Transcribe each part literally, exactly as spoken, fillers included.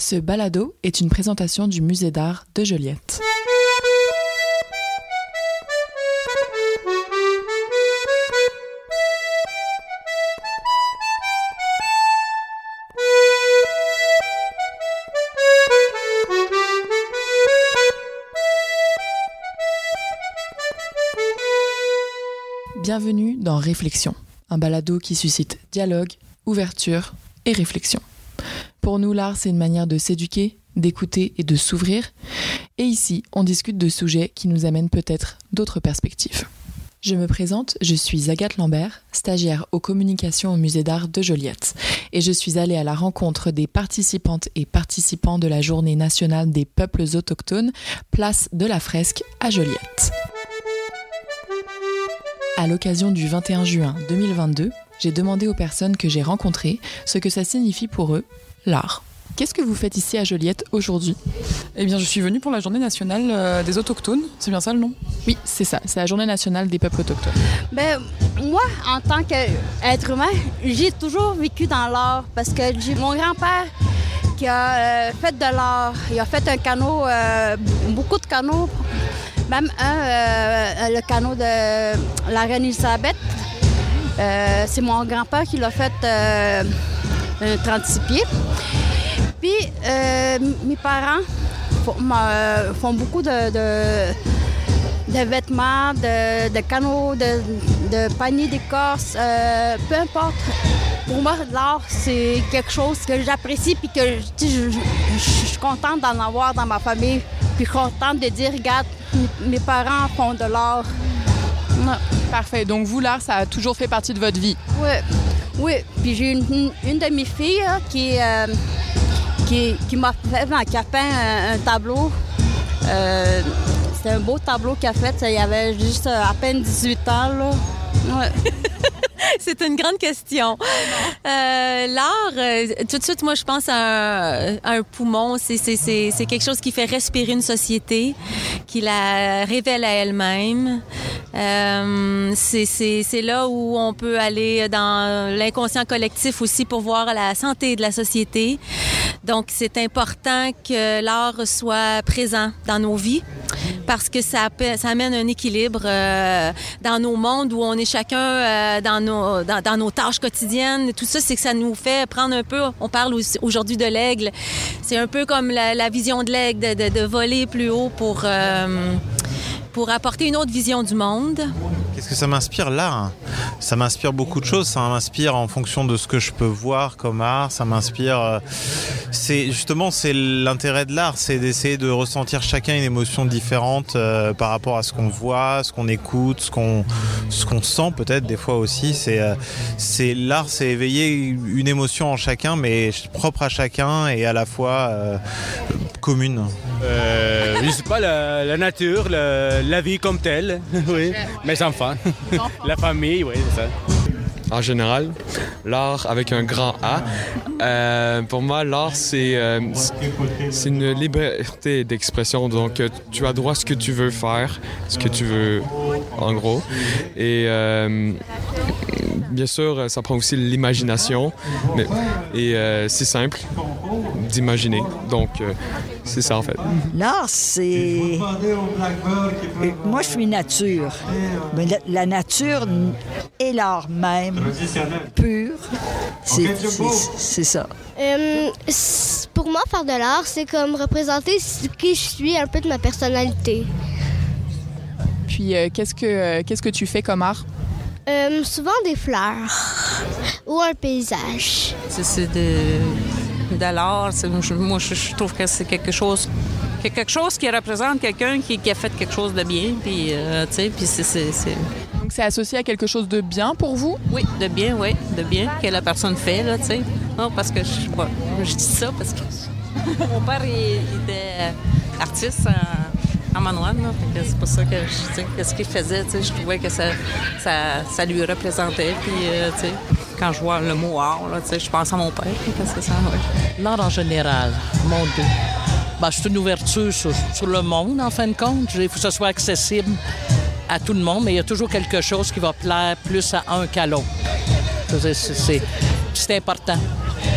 Ce balado est une présentation du Musée d'art de Joliette. Bienvenue dans Réflexion, un balado qui suscite dialogue, ouverture et réflexion. Pour nous, l'art, c'est une manière de s'éduquer, d'écouter et de s'ouvrir. Et ici, on discute de sujets qui nous amènent peut-être d'autres perspectives. Je me présente, je suis Agathe Lambert, stagiaire aux communications au Musée d'art de Joliette. Et je suis allée à la rencontre des participantes et participants de la Journée nationale des peuples autochtones, place de la Fresque à Joliette. À l'occasion du vingt et un juin deux mille vingt-deux, j'ai demandé aux personnes que j'ai rencontrées ce que ça signifie pour eux, l'art. Qu'est-ce que vous faites ici à Joliette aujourd'hui ? Eh bien, je suis venue pour la Journée nationale euh, des autochtones. C'est bien ça le nom ? Oui, c'est ça. C'est la Journée nationale des peuples autochtones. Ben, moi, en tant qu'être humain, j'ai toujours vécu dans l'art parce que j'ai mon grand-père qui a euh, fait de l'art. Il a fait un canot, euh, beaucoup de canots, même un, euh, le canot de la reine Elisabeth. Euh, c'est mon grand-père qui l'a fait euh, trente-six pieds. Puis, euh, mes parents font, euh, font beaucoup de, de, de vêtements, de, de canots, de, de paniers d'écorce, euh, peu importe. Pour moi, l'art, c'est quelque chose que j'apprécie puis que je, je, je, je suis contente d'en avoir dans ma famille. Puis contente de dire, regarde, mes parents font de l'art. Ouais. Parfait. Donc vous, l'art, ça a toujours fait partie de votre vie? Oui. Oui. Puis j'ai une, une de mes filles là, qui, euh, qui, qui m'a fait, qui a peint un, un tableau. Euh, c'était un beau tableau qu'elle a fait. Il y avait juste à peine dix-huit ans. Là. Ouais. C'est une grande question. Euh, l'art, euh, tout de suite, moi, je pense à un, à un poumon. C'est, c'est, c'est, c'est quelque chose qui fait respirer une société, qui la révèle à elle-même. Euh, c'est, c'est, c'est là où on peut aller dans l'inconscient collectif aussi pour voir la santé de la société. Donc, c'est important que l'art soit présent dans nos vies parce que ça, ça amène un équilibre euh, dans nos mondes où on est chacun euh, dans, nos, dans, dans nos tâches quotidiennes. Tout ça, c'est que ça nous fait prendre un peu... On parle aujourd'hui de l'aigle. C'est un peu comme la, la vision de l'aigle, de, de, de voler plus haut pour... Euh, pour apporter une autre vision du monde. Qu'est-ce que ça m'inspire, l'art ? Ça m'inspire beaucoup de choses. Ça m'inspire en fonction de ce que je peux voir comme art. Ça m'inspire... Euh, c'est, justement, c'est l'intérêt de l'art, c'est d'essayer de ressentir chacun une émotion différente euh, par rapport à ce qu'on voit, ce qu'on écoute, ce qu'on, ce qu'on sent peut-être des fois aussi. C'est, euh, c'est, l'art, c'est éveiller une émotion en chacun, mais propre à chacun et à la fois euh, commune. Euh, je sais pas, la, la nature, la, la vie comme telle, oui. Mes enfants, la famille, oui, c'est ça. En général, l'art avec un grand A. Euh, pour moi, l'art, c'est, euh, c'est une liberté d'expression. Donc, tu as droit à ce que tu veux faire, ce que tu veux, en gros. Et euh, bien sûr, ça prend aussi l'imagination. Mais, et euh, c'est simple d'imaginer. Donc, euh, c'est ça, en fait. L'art, c'est... Moi, je suis nature. Mais la, la nature et l'art même, pur, c'est, c'est, c'est ça. Euh, pour moi, faire de l'art, c'est comme représenter qui je suis, un peu de ma personnalité. Puis, euh, qu'est-ce que, euh, qu'est-ce que tu fais comme art? Euh, souvent des fleurs ou un paysage. C'est, c'est de... de l'art, c'est, moi je, je trouve que c'est quelque chose, quelque chose qui représente quelqu'un qui, qui a fait quelque chose de bien, puis euh, tu sais, puis c'est, c'est, c'est... Donc c'est associé à quelque chose de bien pour vous? Oui, de bien, oui, de bien que la personne fait là, tu sais. Non, parce que je, bon, je dis ça parce que mon père il, il était artiste en, en Manoine, là, c'est pour ça que je sais qu'est-ce qu'il faisait, tu sais, je trouvais que ça, ça, ça lui représentait, puis euh, tu sais. Quand je vois le mot art, là, je pense à mon père. C'est ça, ouais. L'art en général, mon Dieu. Ben, c'est une ouverture sur, sur le monde, en fin de compte. Il faut que ce soit accessible à tout le monde, mais il y a toujours quelque chose qui va plaire plus à un qu'à l'autre. C'est, c'est, c'est important. C'est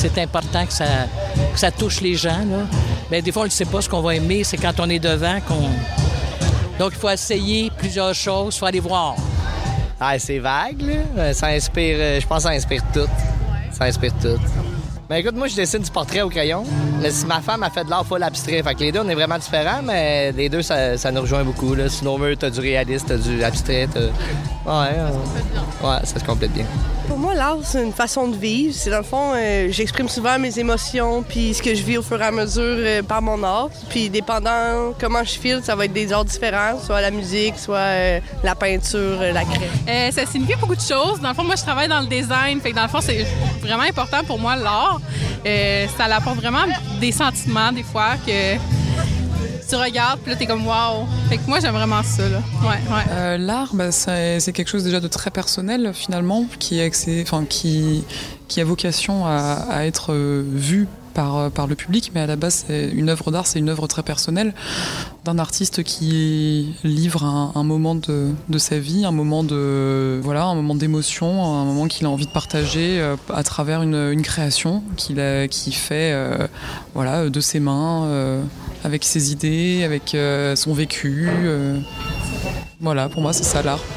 c'est important que ça, que ça touche les gens. Là. Bien, des fois, on ne sait pas ce qu'on va aimer. C'est quand on est devant qu'on... Donc, il faut essayer plusieurs choses. Il faut aller voir. Ah, c'est vague, là. Ça inspire... Je pense que ça inspire tout. Ça inspire tout. Ben écoute, moi, je dessine du portrait au crayon. Mais si ma femme a fait de l'art full abstrait. Fait que les deux, on est vraiment différents, mais les deux, ça, ça nous rejoint beaucoup. Là. Snowmer, t'as du réaliste, t'as du abstrait. T'as... Ouais, euh... ouais, ça se complète bien. Pour moi, l'art, c'est une façon de vivre. C'est dans le fond, euh, j'exprime souvent mes émotions puis ce que je vis au fur et à mesure euh, par mon art. Puis dépendant comment je file, ça va être des arts différents, soit la musique, soit euh, la peinture, euh, la craie. Euh, ça signifie beaucoup de choses. Dans le fond, moi, je travaille dans le design. Fait que dans le fond, c'est vraiment important pour moi, l'art. Euh, ça apporte vraiment des sentiments, des fois, que tu regardes, puis là, t'es comme « wow ». Fait que moi, j'aime vraiment ça, là. Ouais, ouais. Euh, l'art, bah, c'est, c'est quelque chose déjà de très personnel, finalement, qui, est accès, enfin, qui, qui a vocation à, à être euh, vu par, par le public, mais à la base, c'est une œuvre d'art, c'est une œuvre très personnelle d'un artiste qui livre un, un moment de, de sa vie, un moment de voilà, un moment d'émotion, un moment qu'il a envie de partager euh, à travers une, une création qu'il a, qu'il fait euh, voilà, de ses mains, euh, avec ses idées, avec euh, son vécu. Euh, voilà, pour moi, c'est ça l'art.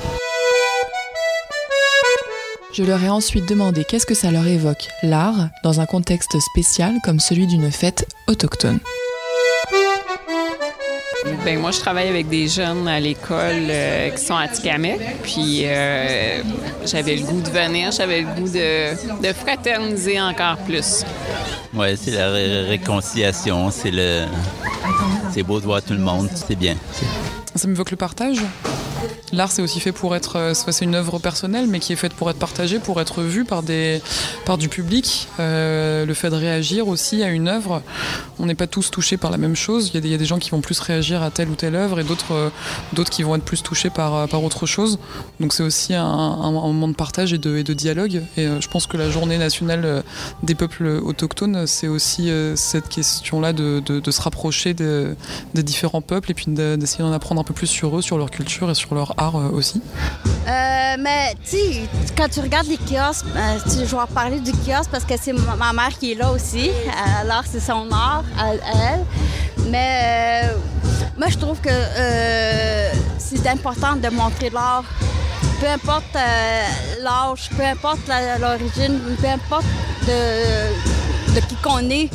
Je leur ai ensuite demandé qu'est-ce que ça leur évoque, l'art, dans un contexte spécial comme celui d'une fête autochtone. Ben moi, je travaille avec des jeunes à l'école euh, qui sont à Tikamek. Puis euh, j'avais le goût de venir, j'avais le goût de, de fraterniser encore plus. Oui, c'est la ré- réconciliation, c'est le... C'est beau de voir tout le monde, c'est bien. Ça m'évoque le partage. L'art, c'est aussi fait pour être... C'est une œuvre personnelle, mais qui est faite pour être partagée, pour être vue par, des, par du public. Euh, le fait de réagir aussi à une œuvre. On n'est pas tous touchés par la même chose. Il y a des, il y a des gens qui vont plus réagir à telle ou telle œuvre et d'autres, euh, d'autres qui vont être plus touchés par, par autre chose. Donc c'est aussi un, un, un moment de partage et de, et de dialogue. Et euh, je pense que la journée nationale des peuples autochtones, c'est aussi euh, cette question-là de, de, de se rapprocher de, des différents peuples et puis de, d'essayer d'en apprendre un peu plus sur eux, sur leur culture et sur leur art aussi. Euh, mais tu sais, quand tu regardes les kiosques, euh, je vais parler du kiosque parce que c'est ma, ma mère qui est là aussi. Alors c'est son art à, à elle. Mais euh, moi je trouve que euh, c'est important de montrer l'art. Peu importe euh, l'âge, peu importe la, l'origine, peu importe de, de qui qu'on est,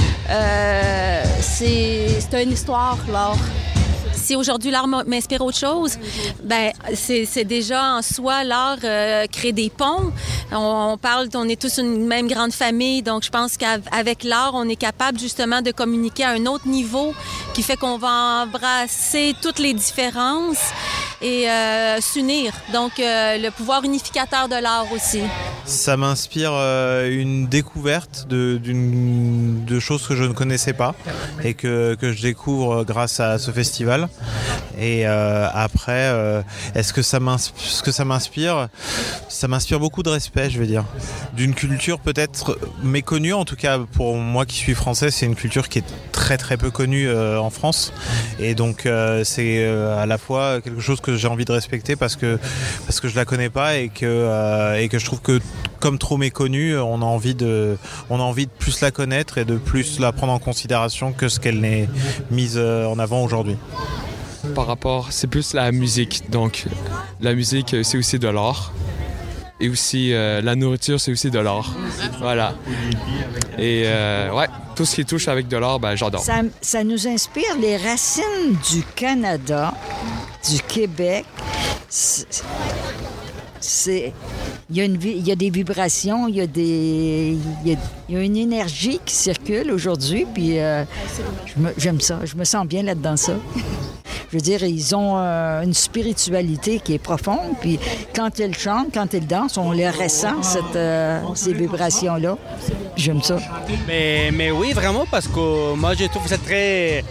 euh, c'est, c'est une histoire l'art. Si aujourd'hui l'art m'inspire autre chose, ben c'est, c'est déjà en soi l'art euh, crée des ponts. On, on parle, on est tous une même grande famille, donc je pense qu'avec l'art, on est capable justement de communiquer à un autre niveau qui fait qu'on va embrasser toutes les différences et euh, s'unir. Donc euh, le pouvoir unificateur de l'art aussi. Ça m'inspire euh, une découverte de, d'une, de choses que je ne connaissais pas et que, que je découvre grâce à ce festival. Et euh, après, euh, est-ce que ça m'inspire, ce que ça m'inspire, ça m'inspire beaucoup de respect, je veux dire, d'une culture peut-être méconnue. En tout cas, pour moi qui suis français, c'est une culture qui est très très peu connue euh, en France. Et donc, euh, c'est euh, à la fois quelque chose que j'ai envie de respecter parce que parce que je la connais pas et que euh, et que je trouve que comme trop méconnue, on a envie de on a envie de plus la connaître et de plus la prendre en considération que ce qu'elle n'est mise en avant aujourd'hui. Par rapport, c'est plus la musique. Donc, la musique, c'est aussi de l'art. Et aussi, euh, la nourriture, c'est aussi de l'art. Voilà. Et euh, ouais, tout ce qui touche avec de l'art, ben, j'adore. Ça, ça nous inspire les racines du Canada, du Québec. C'est... c'est... Il y, a une, il y a des vibrations, il y a, des, il y a, il y a une énergie qui circule aujourd'hui, puis euh, je me, j'aime ça, je me sens bien là-dedans ça. Je veux dire, ils ont euh, une spiritualité qui est profonde, puis quand ils chantent, quand ils dansent, on les ressent, cette, euh, ces vibrations-là. J'aime ça. Mais, mais oui, vraiment, parce que moi, je trouve ça très...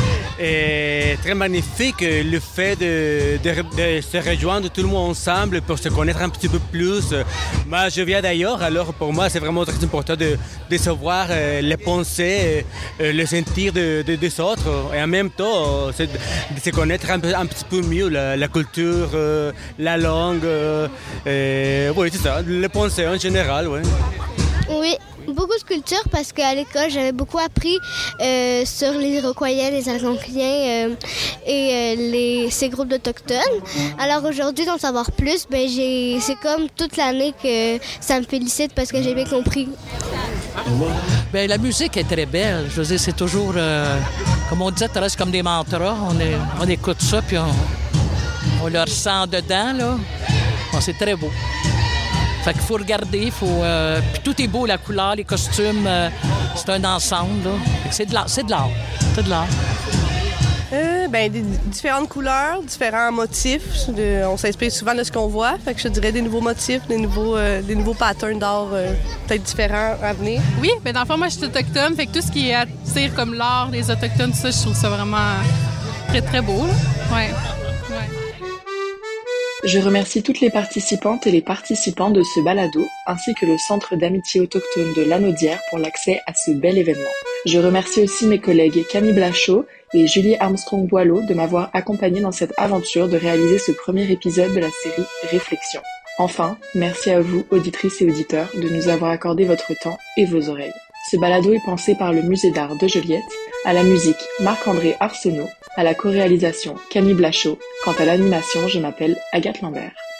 Et très magnifique le fait de, de, de se rejoindre tout le monde ensemble pour se connaître un petit peu plus. Moi, je viens d'ailleurs, alors pour moi, c'est vraiment très important de, de savoir euh, les pensées, euh, le sentir de, de, des autres et en même temps euh, de se connaître un, peu, un petit peu mieux la, la culture, euh, la langue. Euh, et, oui, c'est ça, les pensées en général, oui. Oui, beaucoup. beaucoup de culture parce qu'à l'école, j'avais beaucoup appris euh, sur les Iroquois, les Algonquiens euh, et euh, les, ces groupes d'Autochtones. Alors aujourd'hui, d'en savoir plus, ben, j'ai, c'est comme toute l'année que ça me félicite parce que j'ai bien compris. Bien, la musique est très belle. Je veux dire, c'est toujours, euh, comme on disait, ça reste comme des mantras. On, est, on écoute ça, puis on, on le ressent dedans, là. Bon, c'est très beau. Fait qu'il faut regarder, faut... Euh, puis tout est beau, la couleur, les costumes, euh, c'est un ensemble, là. Fait que c'est de l'art, c'est de l'art. C'est de l'art. Euh, ben, des différentes couleurs, différents motifs. De, on s'inspire souvent de ce qu'on voit. Fait que je dirais des nouveaux motifs, des nouveaux, euh, des nouveaux patterns d'art euh, peut-être différents à venir. Oui, mais dans le fond, moi, je suis autochtone. Fait que tout ce qui attire comme l'art des Autochtones, tout ça, je trouve ça vraiment très, très beau. Là. Ouais. ouais. Je remercie toutes les participantes et les participants de ce balado, ainsi que le Centre d'amitié autochtone de Lanaudière pour l'accès à ce bel événement. Je remercie aussi mes collègues Camille Blachot et Julie Armstrong-Boileau de m'avoir accompagnée dans cette aventure de réaliser ce premier épisode de la série Réflexions. Enfin, merci à vous, auditrices et auditeurs, de nous avoir accordé votre temps et vos oreilles. Ce balado est pensé par le Musée d'art de Joliette, à la musique Marc-André Arsenault, à la co-réalisation Camille Blachot. Quant à l'animation, je m'appelle Agathe Lambert.